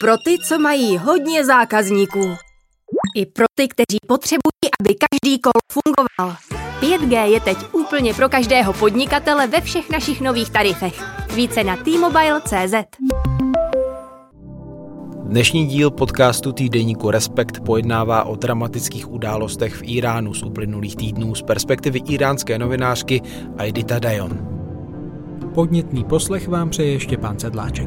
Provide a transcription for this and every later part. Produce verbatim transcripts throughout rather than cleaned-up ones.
Pro ty, co mají hodně zákazníků. I pro ty, kteří potřebují, aby každý kol fungoval. pět G je teď úplně pro každého podnikatele ve všech našich nových tarifech. Více na T Mobile tečka cé zet. Dnešní díl podcastu týdeníku Respekt pojednává o dramatických událostech v Íránu z uplynulých týdnů z perspektivy íránské novinářky Aidita Dajon. Podnětný poslech vám přeje Štěpán Sedláček.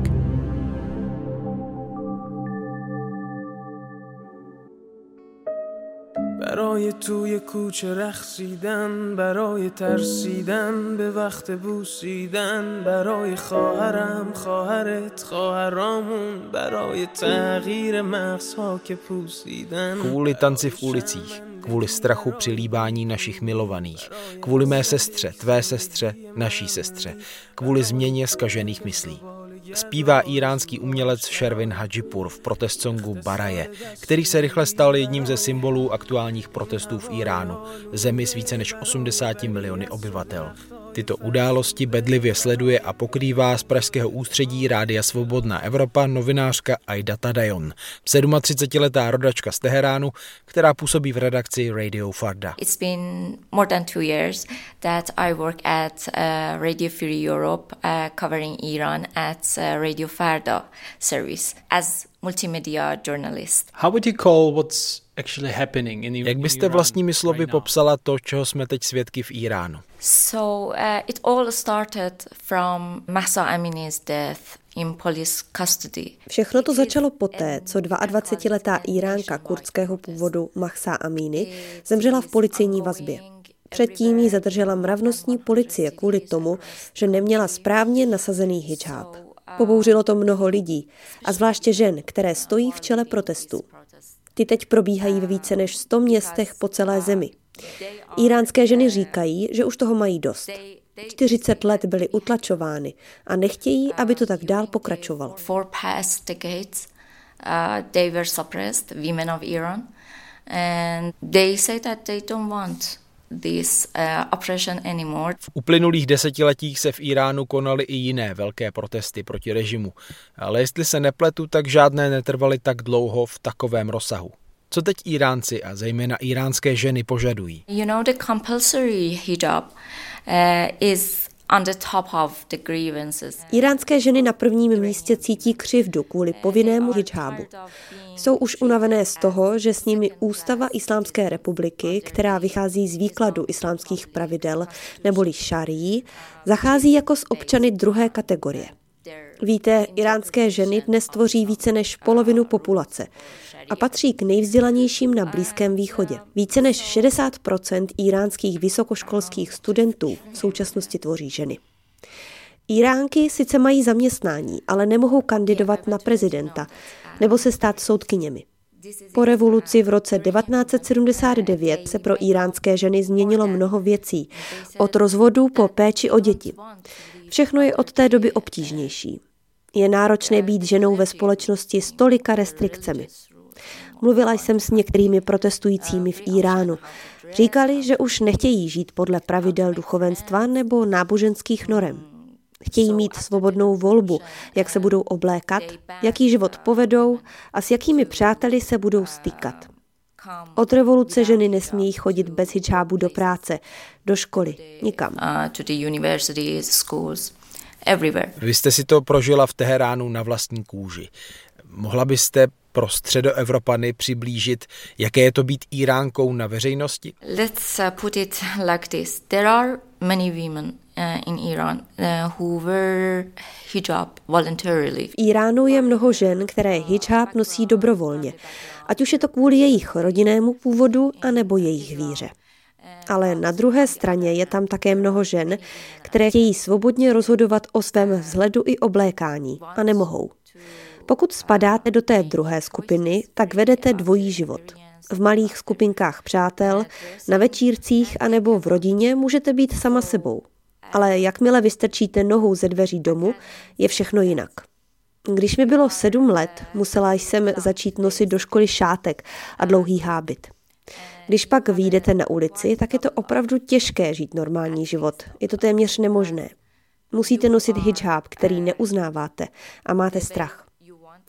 برای توی کوچه رقصیدن برای ترسیدن به وقت بوسیدن برای خواهرم خواهرت خواهرامون برای تغییر مغزها که پوسیدن Kvůli tanci v ulicích, kvůli strachu při líbání našich milovaných, kvůli mé sestře, tvé sestře, naší sestře, kvůli změně zkažených myslí. Zpívá íránský umělec Shervin Hadžipur v protest songu Baraje, který se rychle stal jedním ze symbolů aktuálních protestů v Íránu, zemi s více než osmdesáti miliony obyvatel. Tyto události bedlivě sleduje a pokrývá z pražského ústředí Rádia Svobodná Evropa novinářka Aidita Dajon, třicetisedmiletá rodačka z Teheránu, která působí v redakci Radio Farda. It's been more than two years that I work at uh, Radio Free Europe, uh, covering Iran at uh, Radio Farda service as multimedia journalist. How would you call what's actually happening in Iran? Jak byste vlastními slovy popsala to, čeho jsme teď svědky v Íránu? So uh, it all started from Mahsa Amini's death in police custody. Všechno to začalo poté, co dvaadvacetiletá Íránka kurdského původu Mahsa Amini zemřela v policejní vazbě. Předtím ji zadržela mravnostní policie kvůli tomu, že neměla správně nasazený hidžáb. Pobouřilo to mnoho lidí, a zvláště žen, které stojí v čele protestů. Ty teď probíhají ve více než sto městech po celé zemi. Íránské ženy říkají, že už toho mají dost. čtyřicet let byly utlačovány a nechtějí, aby to tak dál pokračovalo. For past decades, uh, they were suppressed, women of Iran, and they say that they don't want this uh, oppression anymore. V uplynulých desetiletích se v Íránu konaly i jiné velké protesty proti režimu, ale jestli se nepletu, tak žádné netrvaly tak dlouho v takovém rozsahu. Co teď Íránci a zejména íránské ženy požadují? You know, the compulsory hijab uh, is on the top of the grievances. Íránské ženy na prvním místě cítí křivdu kvůli povinnému hidžábu. Jsou už unavené z toho, že s nimi Ústava Islámské republiky, která vychází z výkladu islámských pravidel neboli šarí, zachází jako s občany druhé kategorie. Víte, iránské ženy dnes tvoří více než polovinu populace a patří k nejvzdělanějším na Blízkém východě. Více než šedesát procent iránských vysokoškolských studentů v současnosti tvoří ženy. Iránky sice mají zaměstnání, ale nemohou kandidovat na prezidenta nebo se stát soudkyněmi. Po revoluci v roce devatenáct set sedmdesát devět se pro iránské ženy změnilo mnoho věcí, od rozvodu po péči o děti. Všechno je od té doby obtížnější. Je náročné být ženou ve společnosti s tolika restrikcemi. Mluvila jsem s některými protestujícími v Íránu. Říkali, že už nechtějí žít podle pravidel duchovenstva nebo náboženských norem. Chtějí mít svobodnou volbu, jak se budou oblékat, jaký život povedou a s jakými přáteli se budou stýkat. Od revoluce ženy nesmějí chodit bez hidžábu do práce, do školy, nikam. Vy jste si to prožila v Teheránu na vlastní kůži. Mohla byste pro Středoevropany přiblížit, jaké je to být Íránkou na veřejnosti? Let's put it like this. There are many women in Iran who wear hijab voluntarily. V Íránu je mnoho žen, které hidžáb nosí dobrovolně, ať už je to kvůli jejich rodinnému původu, anebo jejich víře. Ale na druhé straně je tam také mnoho žen, které chtějí svobodně rozhodovat o svém vzhledu i oblékání a nemohou. Pokud spadáte do té druhé skupiny, tak vedete dvojí život. V malých skupinkách přátel, na večírcích anebo v rodině můžete být sama sebou. Ale jakmile vystrčíte nohou ze dveří domu, je všechno jinak. Když mi bylo sedm let, musela jsem začít nosit do školy šátek a dlouhý hábit. Když pak vyjdete na ulici, tak je to opravdu těžké žít normální život. Je to téměř nemožné. Musíte nosit hidžáb, který neuznáváte a máte strach.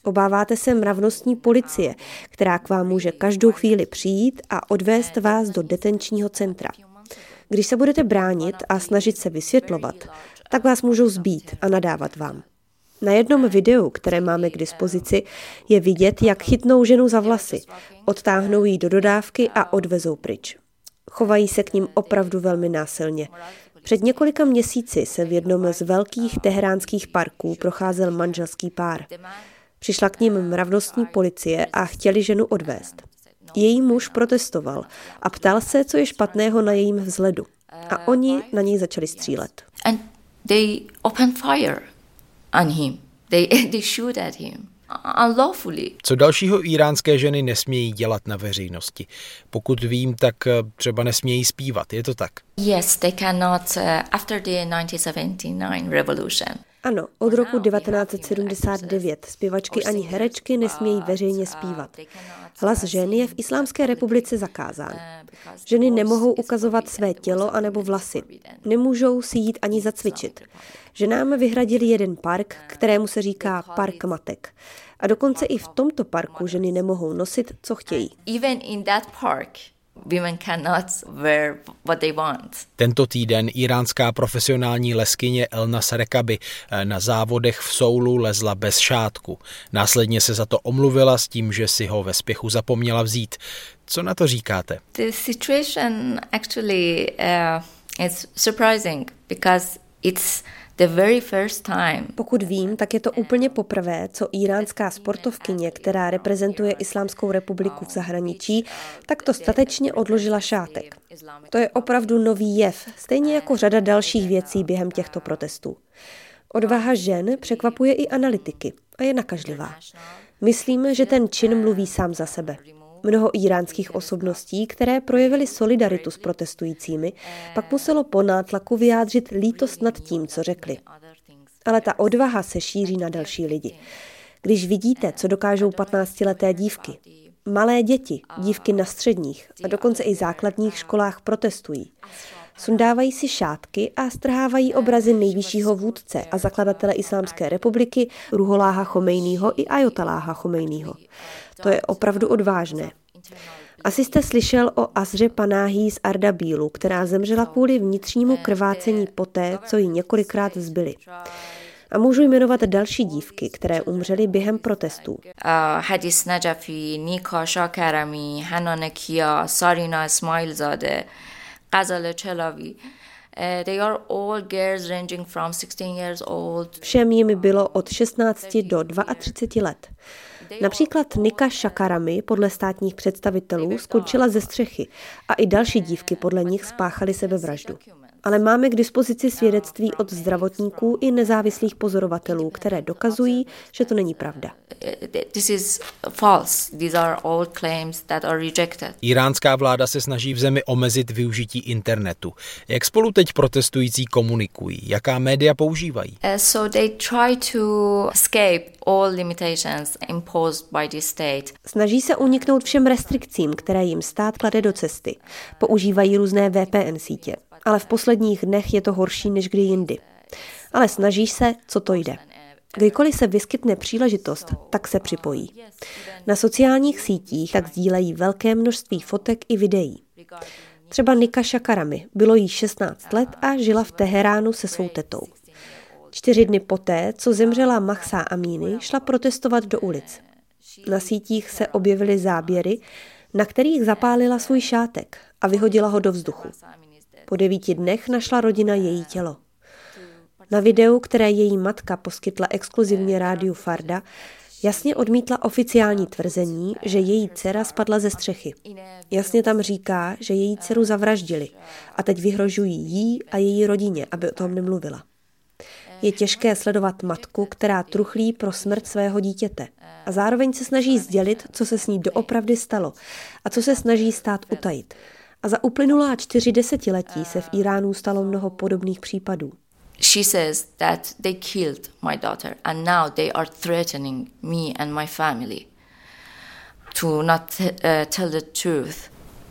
Obáváte se mravnostní policie, která k vám může každou chvíli přijít a odvést vás do detenčního centra. Když se budete bránit a snažit se vysvětlovat, tak vás můžou zbít a nadávat vám. Na jednom videu, které máme k dispozici, je vidět, jak chytnou ženu za vlasy, odtáhnou ji do dodávky a odvezou pryč. Chovají se k ním opravdu velmi násilně. Před několika měsíci se v jednom z velkých teheránských parků procházel manželský pár. Přišla k ním mravnostní policie a chtěli ženu odvést. Její muž protestoval a ptal se, co je špatného na jejím vzhledu. A oni na něj začali střílet. And they opened fire on him. They, they shoot at him. Unlawfully. Co dalšího íránské ženy nesmějí dělat na veřejnosti? Pokud vím, tak třeba nesmějí zpívat, je to tak? Yes, they cannot uh, after the nineteen seventy-nine revolution. Ano, od roku devatenáct set sedmdesát devět zpěvačky ani herečky nesmějí veřejně zpívat. Hlas žen je v Islámské republice zakázán. Ženy nemohou ukazovat své tělo anebo vlasy. Nemůžou si jít ani zacvičit. Ženám vyhradili jeden park, kterému se říká Park matek. A dokonce i v tomto parku ženy nemohou nosit, co chtějí. Even in that park, women cannot wear what they want. Tento týden iránská profesionální leskyně Elna Sarekabi na závodech v Soulu lezla bez šátku. Následně se za to omluvila s tím, že si ho ve spěchu zapomněla vzít. Co na to říkáte? The situation actually uh, is surprising because it's the very first time. Pokud vím, tak je to úplně poprvé, co iránská sportovkyně, která reprezentuje Islámskou republiku v zahraničí, takto statečně odložila šátek. To je opravdu nový jev, stejně jako řada dalších věcí během těchto protestů. Odvaha žen překvapuje i analytiky a je nakažlivá. Myslím, že ten čin mluví sám za sebe. Mnoho iránských osobností, které projevily solidaritu s protestujícími, pak muselo po nátlaku vyjádřit lítost nad tím, co řekli. Ale ta odvaha se šíří na další lidi. Když vidíte, co dokážou patnáctileté dívky, malé děti, dívky na středních a dokonce i základních školách protestují. Sundávají si šátky a strhávají obrazy nejvyššího vůdce a zakladatele Islámské republiky Ruholláha Chomejního i Ajatoláha Chomejního. To je opravdu odvážné. Asi jste slyšel o Asře Panáhí z Ardabílu, která zemřela kvůli vnitřnímu krvácení poté, co ji několikrát zbyli. A můžu jmenovat další dívky, které umřely během protestů. Uh, Hadis Najafi, Nika Shakarami, Hanan Kia, Sarina Ismailzadeh, Ghazal Chelavi. Uh, they are all girls ranging from sixteen years old. Všem jimi bylo od šestnácti do třiceti dvou let. Například Nika Shakarami podle státních představitelů skončila ze střechy a i další dívky podle nich spáchaly sebevraždu. Ale máme k dispozici svědectví od zdravotníků i nezávislých pozorovatelů, které dokazují, že to není pravda. This is false. These are all claims that are rejected. Iránská vláda se snaží v zemi omezit využití internetu. Jak spolu teď protestující komunikují? Jaká média používají? Uh, so they try to escape all limitations imposed by the state. Snaží se uniknout všem restrikcím, které jim stát klade do cesty. Používají různé V P N sítě. Ale v posledních dnech je to horší než kdy jindy. Ale snažíš se, co to jde. Kdykoliv se vyskytne příležitost, tak se připojí. Na sociálních sítích tak sdílejí velké množství fotek i videí. Třeba Nika Shakarami, bylo jí šestnáct let a žila v Teheránu se svou tetou. Čtyři dny poté, co zemřela Mahsa Amini, šla protestovat do ulic. Na sítích se objevily záběry, na kterých zapálila svůj šátek a vyhodila ho do vzduchu. Po devíti dnech našla rodina její tělo. Na videu, které její matka poskytla exkluzivně rádiu Farda, jasně odmítla oficiální tvrzení, že její dcera spadla ze střechy. Jasně tam říká, že její dceru zavraždili a teď vyhrožují jí a její rodině, aby o tom nemluvila. Je těžké sledovat matku, která truchlí pro smrt svého dítěte a zároveň se snaží sdělit, co se s ní doopravdy stalo a co se snaží stát utajit. A za uplynulá čtyři desetiletí se v Iránu stalo mnoho podobných případů. She says that they killed my daughter and now they are threatening me and my family to not uh, tell the truth.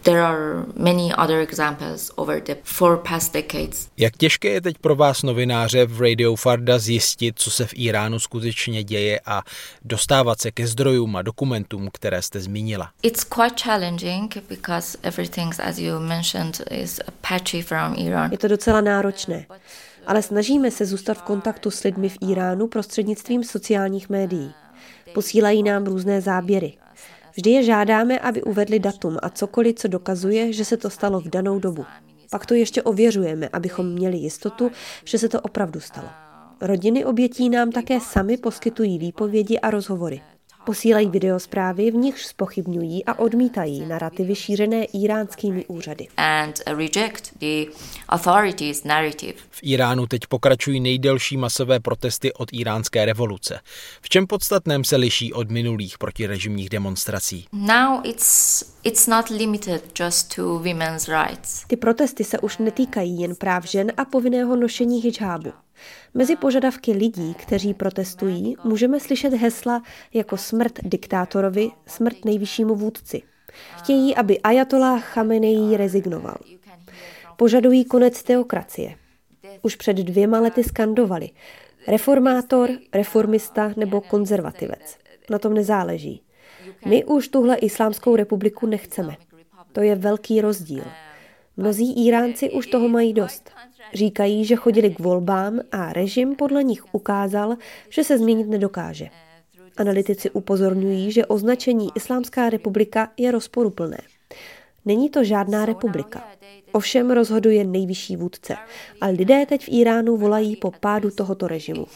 There are many other examples over the four past decades. Jak těžké je teď pro vás novináře v Radio Farda zjistit, co se v Iránu skutečně děje a dostávat se ke zdrojům a dokumentům, které jste zmínila? It's quite challenging because everything, as you mentioned, is patchy from Iran. Je to docela náročné, ale snažíme se zůstat v kontaktu s lidmi v Iránu prostřednictvím sociálních médií. Posílají nám různé záběry. Vždy je žádáme, aby uvedli datum a cokoliv, co dokazuje, že se to stalo v danou dobu. Pak to ještě ověřujeme, abychom měli jistotu, že se to opravdu stalo. Rodiny obětí nám také sami poskytují výpovědi a rozhovory. Posílají videosprávy, v nichž zpochybňují a odmítají narativy šířené iránskými úřady. And reject the authorities' narrative. V Iránu teď pokračují nejdelší masové protesty od iránské revoluce. V čem podstatném se liší od minulých protirežimních demonstrací? Now it's it's not limited just to women's rights. Ty protesty se už netýkají jen práv žen a povinného nošení hidžábu. Mezi požadavky lidí, kteří protestují, můžeme slyšet hesla jako smrt diktátorovi, smrt nejvyššímu vůdci. Chtějí, aby ajatolláh Chameneí rezignoval. Požadují konec teokracie. Už před dvěma lety skandovali. Reformátor, reformista nebo konzervativec. Na tom nezáleží. My už tuhle islámskou republiku nechceme. To je velký rozdíl. Mnozí Iránci už toho mají dost. Říkají, že chodili k volbám a režim podle nich ukázal, že se změnit nedokáže. Analytici upozorňují, že označení Islámská republika je rozporuplné. Není to žádná republika. Ovšem rozhoduje nejvyšší vůdce. A lidé teď v Iránu volají po pádu tohoto režimu.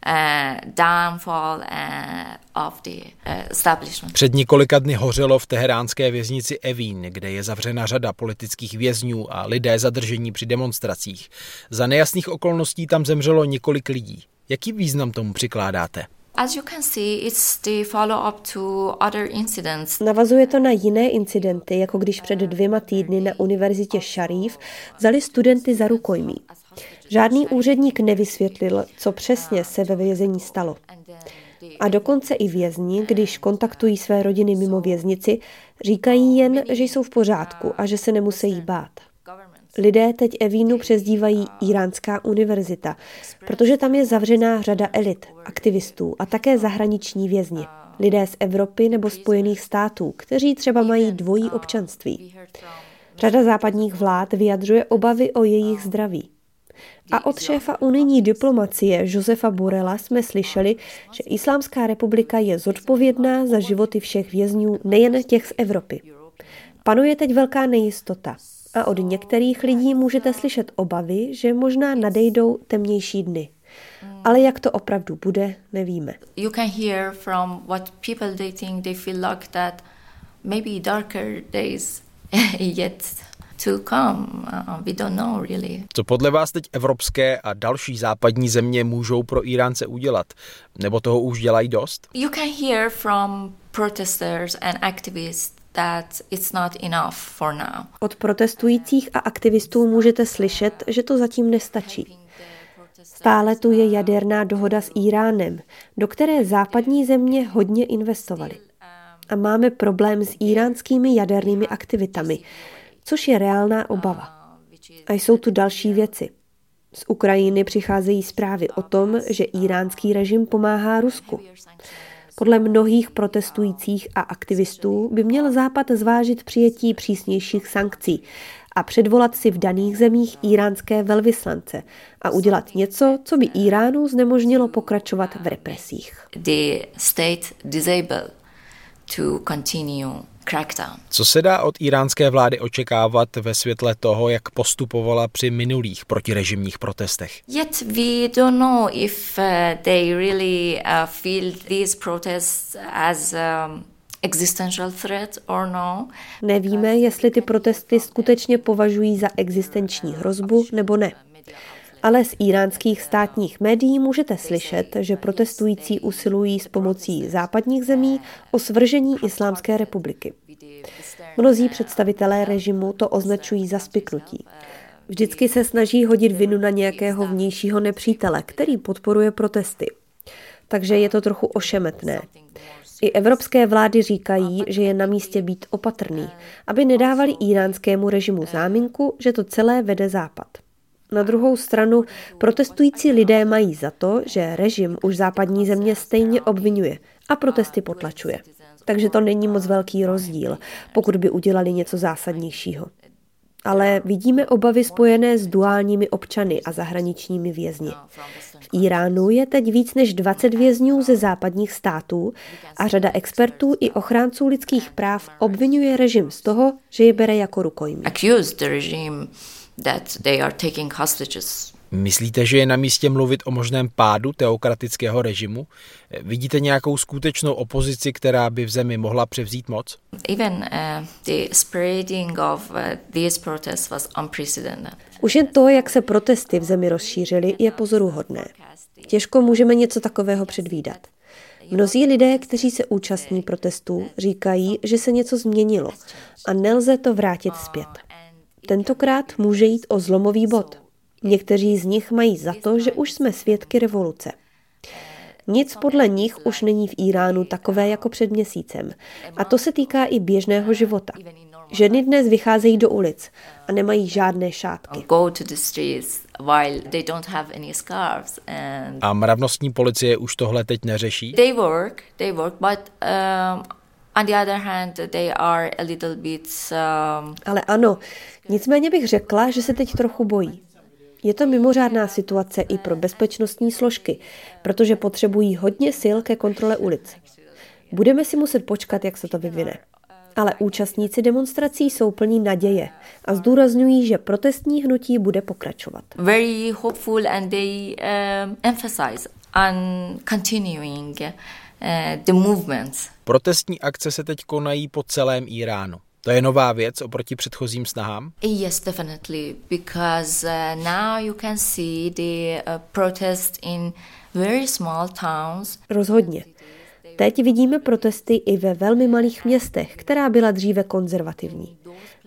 Před několika dny hořelo v teheránské věznici Evin, kde je zavřena řada politických vězňů a lidé zadržení při demonstracích. Za nejasných okolností tam zemřelo několik lidí. Jaký význam tomu přikládáte? As you can see, it's the follow-up to other incidents. Navazuje to na jiné incidenty, jako když před dvěma týdny na univerzitě Šaríf vzali studenty za rukojmí. Žádný úředník nevysvětlil, co přesně se ve vězení stalo. A dokonce i vězni, když kontaktují své rodiny mimo věznici, říkají jen, že jsou v pořádku a že se nemusí bát. Lidé teď Evínu přezdívají Iránská univerzita, protože tam je zavřená řada elit, aktivistů a také zahraniční vězni. Lidé z Evropy nebo Spojených států, kteří třeba mají dvojí občanství. Řada západních vlád vyjadřuje obavy o jejich zdraví. A od šéfa unijní diplomacie Josefa Borrella jsme slyšeli, že Islámská republika je zodpovědná za životy všech vězňů, nejen těch z Evropy. Panuje teď velká nejistota. A od některých lidí můžete slyšet obavy, že možná nadejdou temnější dny. Ale jak to opravdu bude, nevíme. You can hear from what people they think they feel like that maybe darker days yet to come. Uh, we don't know really. Co podle vás teď evropské a další západní země můžou pro Iránce udělat? Nebo toho už dělají dost? You can hear from protesters and activists that it's not enough for now. Od protestujících a aktivistů můžete slyšet, že to zatím nestačí. Stále tu je jaderná dohoda s Íránem, do které západní země hodně investovaly. A máme problém s iránskými jadernými aktivitami, což je reálná obava. A jsou tu další věci. Z Ukrajiny přicházejí zprávy o tom, že iránský režim pomáhá Rusku. Podle mnohých protestujících a aktivistů by měl Západ zvážit přijetí přísnějších sankcí a předvolat si v daných zemích iránské velvyslance a udělat něco, co by Iránu znemožnilo pokračovat v represích. The state disabled to continue crackdown. Co se dá od iránské vlády očekávat ve světle toho, jak postupovala při minulých protirežimních protestech? Yet we don't know if uh, they really uh, feel these protests as um, existential threat or no. Nevíme, jestli ty protesty skutečně považují za existenční hrozbu nebo ne. Ale z iránských státních médií můžete slyšet, že protestující usilují s pomocí západních zemí o svržení Islámské republiky. Mnozí představitelé režimu to označují za spiknutí. Vždycky se snaží hodit vinu na nějakého vnějšího nepřítele, který podporuje protesty. Takže je to trochu ošemetné. I evropské vlády říkají, že je na místě být opatrný, aby nedávali íránskému režimu záminku, že to celé vede Západ. Na druhou stranu protestující lidé mají za to, že režim už západní země stejně obvinuje a protesty potlačuje. Takže to není moc velký rozdíl, pokud by udělali něco zásadnějšího. Ale vidíme obavy spojené s duálními občany a zahraničními vězni. V Íránu je teď víc než dvacet vězňů ze západních států a řada expertů i ochránců lidských práv obvinuje režim z toho, že je bere jako rukojmí. Myslíte, že je na místě mluvit o možném pádu teokratického režimu? Vidíte nějakou skutečnou opozici, která by v zemi mohla převzít moc? Even uh, the spreading of uh, these protests was unprecedented. Už jen to, jak se protesty v zemi rozšířily, je pozoruhodné. Těžko můžeme něco takového předvídat. Mnozí lidé, kteří se účastní protestů, říkají, že se něco změnilo a nelze to vrátit zpět. Tentokrát může jít o zlomový bod. Někteří z nich mají za to, že už jsme svědky revoluce. Nic podle nich už není v Íránu takové jako před měsícem. A to se týká i běžného života. Ženy dnes vycházejí do ulic a nemají žádné šátky. A mravnostní policie už tohle teď neřeší? They work, they work, but um, on the other hand, they are a little bit. Um... Ale ano, nicméně bych řekla, že se teď trochu bojí. Je to mimořádná situace i pro bezpečnostní složky, protože potřebují hodně sil ke kontrole ulic. Budeme si muset počkat, jak se to vyvine. Ale účastníci demonstrací jsou plní naděje a zdůrazňují, že protestní hnutí bude pokračovat. Very hopeful and they um, emphasize on continuing uh, the movements. Protestní akce se teď konají po celém Íránu. To je nová věc oproti předchozím snahám? Yes, definitely, because uh, now you can see the uh, protest in very small towns. Rozhodně. Teď vidíme protesty i ve velmi malých městech, která byla dříve konzervativní.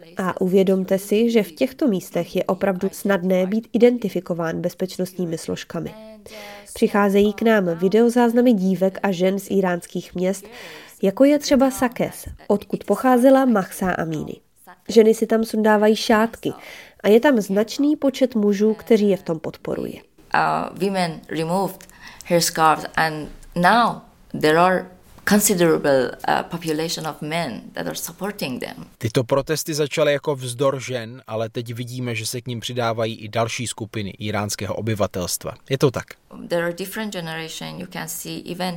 A uvědomte si, že v těchto místech je opravdu snadné být identifikován bezpečnostními složkami. Přicházejí k nám videozáznamy dívek a žen z íránských měst, jako je třeba Sakes, odkud pocházela Mahsa Amini. Ženy si tam sundávají šátky a je tam značný počet mužů, kteří je v tom podporují. Uh, women removed her scarves and now there are considerable uh, population of men that are supporting them. Tyto protesty začaly jako vzdor žen, ale teď vidíme, že se k nim přidávají i další skupiny íránského obyvatelstva. Je to tak? There are different generations. You can see even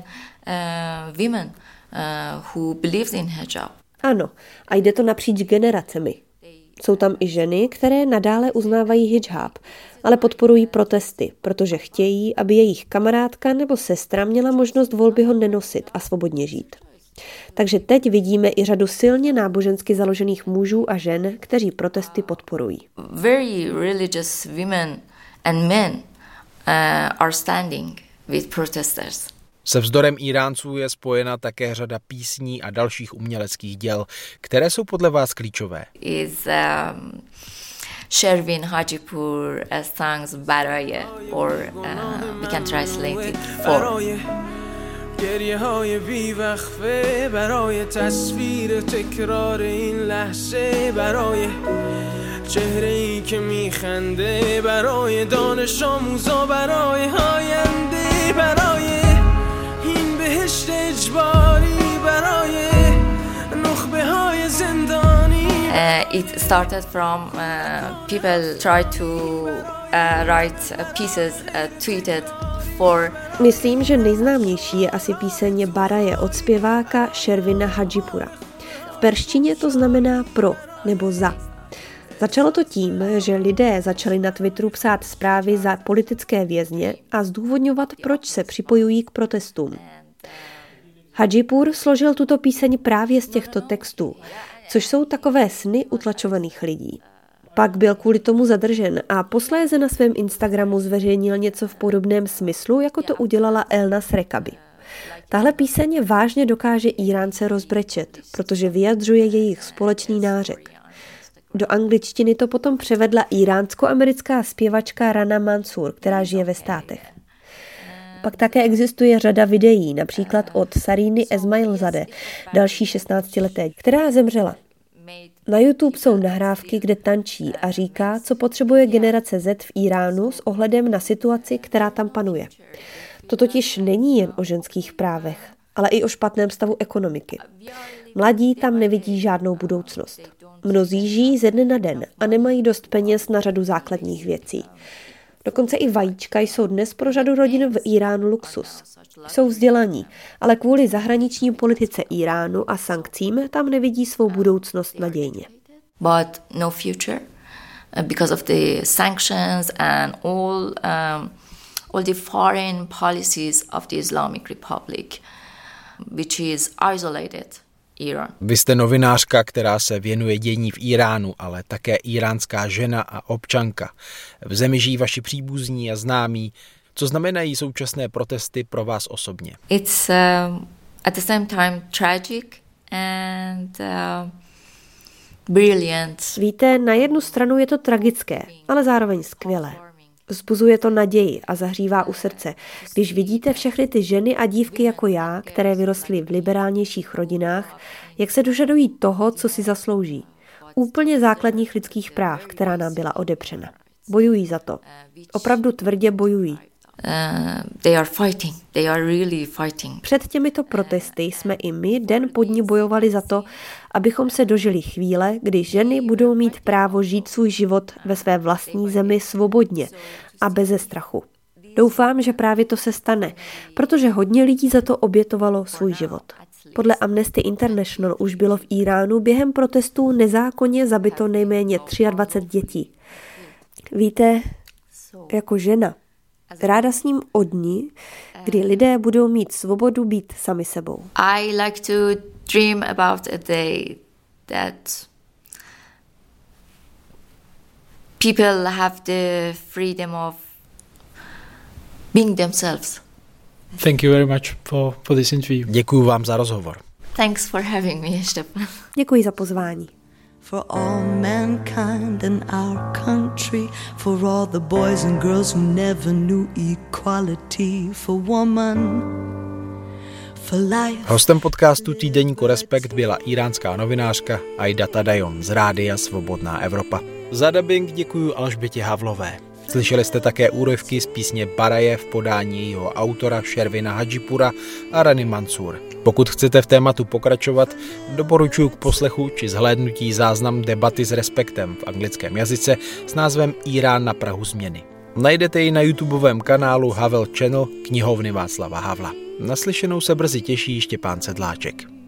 uh, women Uh, who believes in hijab. Ano, a jde to napříč generacemi. Jsou tam i ženy, které nadále uznávají hijab, ale podporují protesty, protože chtějí, aby jejich kamarádka nebo sestra měla možnost volby ho nenosit a svobodně žít. Takže teď vidíme i řadu silně nábožensky založených mužů a žen, kteří protesty podporují. Very religious women and men uh, are standing with protesters. Se vzdorem Íránců je spojena také řada písní a dalších uměleckých děl, které jsou podle vás klíčové. Is um, Shervin Hajipur uh, songs Baraye, or uh, we can translate it for. گریه های بی وقفه برای تصویر تکرار این لحظه برای چهره ای که میخنده برای دانش آموزا برای آینده برای این بهشت اجباری برای نخبه های زندانی. Uh, it started from uh, people try to uh, write uh, pieces uh, tweeted. Myslím, že nejznámější je asi píseň Baraje od zpěváka Shervina Hajipura. V perštině to znamená pro nebo za. Začalo to tím, že lidé začali na Twitteru psát zprávy za politické vězně a zdůvodňovat, proč se připojují k protestům. Hajipur složil tuto píseň právě z těchto textů, což jsou takové sny utlačovaných lidí. Pak byl kvůli tomu zadržen a posléze na svém Instagramu zveřejnil něco v podobném smyslu, jako to udělala Elnas Rekabi. Tahle píseň vážně dokáže Íránce rozbrečet, protože vyjadřuje jejich společný nářek. Do angličtiny to potom převedla iránsko-americká zpěvačka Rana Mansur, která žije ve státech. Pak také existuje řada videí, například od Sariny Esmailzadeh, další šestnáctileté, která zemřela. Na YouTube jsou nahrávky, kde tančí a říká, co potřebuje generace Z v Íránu s ohledem na situaci, která tam panuje. To totiž není jen o ženských právech, ale i o špatném stavu ekonomiky. Mladí tam nevidí žádnou budoucnost. Mnozí žijí ze dne na den a nemají dost peněz na řadu základních věcí. Dokonce i vajíčka jsou dnes pro řadu rodin v Íránu luxus. Jsou vzdělaní, ale kvůli zahraniční politice Íránu a sankcím tam nevidí svou budoucnost nadějně. But no future because of the sanctions and all um, all the foreign policies of the Islamic Republic, which is isolated Iran. Vy jste novinářka, která se věnuje dění v Íránu, ale také íránská žena a občanka. V zemi žijí vaši příbuzní a známí. Co znamenají současné protesty pro vás osobně? It's um, at the same time tragic and uh, brilliant. Víte, na jednu stranu je to tragické, ale zároveň skvělé. Vzbuzuje to naději a zahřívá u srdce, když vidíte všechny ty ženy a dívky jako já, které vyrostly v liberálnějších rodinách, jak se dožadují toho, co si zaslouží. Úplně základních lidských práv, která nám byla odepřena. Bojují za to. Opravdu tvrdě bojují. Uh, they are fighting. They are really fighting. Před těmito protesty jsme i my den po dni bojovali za to, abychom se dožili chvíle, kdy ženy budou mít právo žít svůj život ve své vlastní zemi svobodně a beze strachu. Doufám, že právě to se stane, protože hodně lidí za to obětovalo svůj život. Podle Amnesty International už bylo v Íránu během protestů nezákonně zabito nejméně dvacet tři dětí. Víte, jako žena, ráda s ním o dni, kdy lidé budou mít svobodu být sami sebou. I like to dream about a day that people have the freedom of being themselves. Thank you very much for, for this interview. Děkuji vám za rozhovor. Thanks for having me, Stefan. Děkuji za pozvání. For all mankind in our country, for all the boys and girls who never knew equality, for woman, for life. Hostem podcastu Týdeníku Respekt byla iránská novinářka Aida Tadayon z Rádia Svobodná Evropa. Za dabing děkuji Alžbětě Havlové. Slyšeli jste také úryvky z písně Baraje v podání jejího autora Šervina Hadžipura a Rany Mansur. Pokud chcete v tématu pokračovat, doporučuji k poslechu či zhlédnutí záznam debaty s Respektem v anglickém jazyce s názvem Írán na prahu změny. Najdete ji na YouTubeovém kanálu Havel Channel knihovny Václava Havla. Naslyšenou se brzy těší Štěpán Sedláček.